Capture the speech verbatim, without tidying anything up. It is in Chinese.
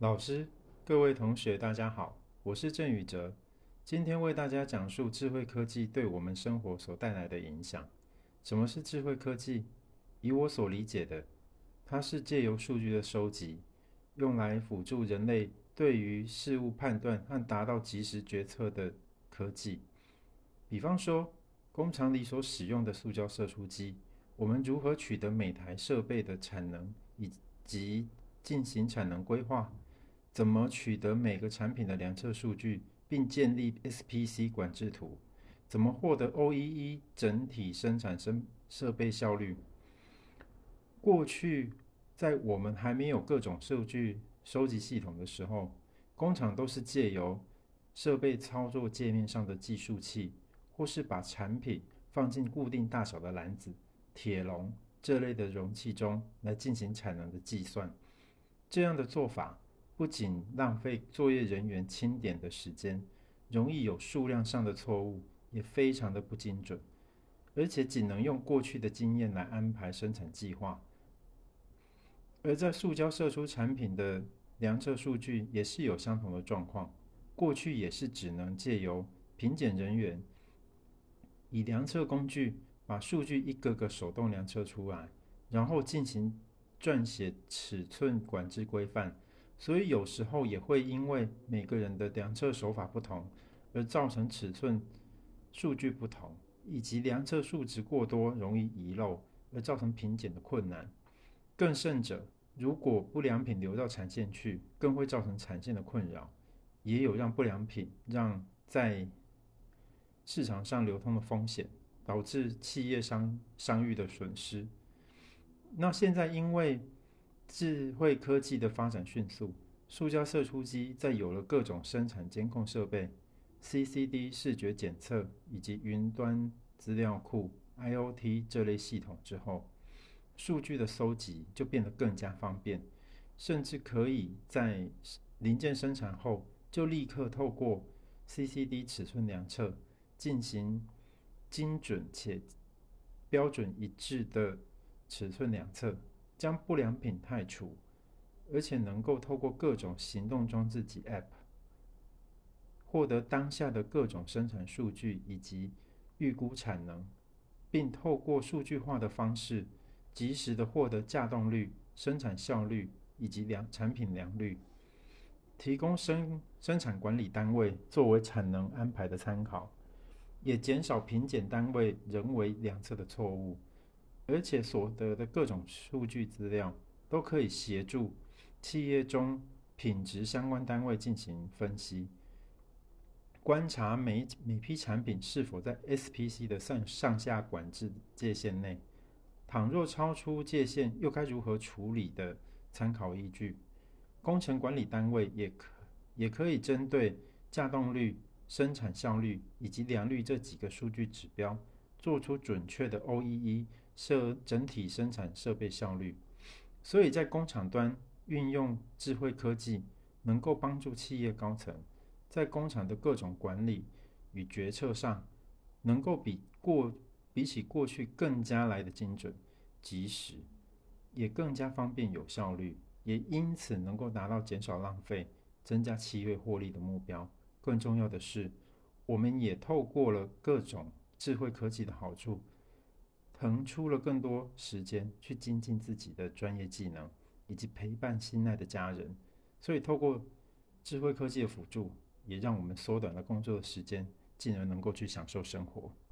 老师，各位同学，大家好，我是郑宇哲，今天为大家讲述智慧科技对我们生活所带来的影响。什么是智慧科技？以我所理解的，它是借由数据的收集，用来辅助人类对于事物判断和达到及时决策的科技。比方说，工厂里所使用的塑胶射出机，我们如何取得每台设备的产能，以及进行产能规划？怎么取得每个产品的量测数据，并建立 S P C 管制图？怎么获得 O E E 整体生产生设备效率？过去，在我们还没有各种数据收集系统的时候，工厂都是借由设备操作界面上的计数器，或是把产品放进固定大小的篮子、铁笼这类的容器中来进行产能的计算。这样的做法不仅浪费作业人员清点的时间，容易有数量上的错误，也非常的不精准，而且仅能用过去的经验来安排生产计划。而在塑胶射出产品的量测数据也是有相同的状况，过去也是只能借由品检人员以量测工具把数据一个个手动量测出来，然后进行撰写尺寸管制规范，所以有时候也会因为每个人的量测手法不同，而造成尺寸数据不同，以及量测数值过多容易遗漏，而造成品检的困难。更甚者，如果不良品流到产线去，更会造成产线的困扰，也有让不良品让在市场上流通的风险，导致企业商商誉的损失。那现在因为智慧科技的发展迅速，塑胶射出机在有了各种生产监控设备、C C D 视觉检测以及云端资料库 I O T 这类系统之后，数据的搜集就变得更加方便，甚至可以在零件生产后就立刻透过 C C D 尺寸量测进行精准且标准一致的尺寸量测，将不良品汰除，而且能够透过各种行动装置及 App 获得当下的各种生产数据以及预估产能，并透过数据化的方式，及时的获得架动率、生产效率以及良产品良率，提供生生产管理单位作为产能安排的参考，也减少品检单位人为量测的错误，而且所得的各种数据资料都可以协助企业中品质相关单位进行分析，观察每每批产品是否在 S P C 的上上下管制界限内，倘若超出界限，又该如何处理的参考依据。工程管理单位也可也可以针对架动率、生产效率以及良率这几个数据指标，做出准确的 O E E 设整体生产设备效率。所以在工厂端运用智慧科技，能够帮助企业高层在工厂的各种管理与决策上，能够比过比起过去更加来的精准、及时，也更加方便有效率，也因此能够达到减少浪费、增加企业获利的目标。更重要的是，我们也透过了各种智慧科技的好处，腾出了更多时间去精进自己的专业技能，以及陪伴心爱的家人。所以，透过智慧科技的辅助，也让我们缩短了工作的时间，进而能够去享受生活。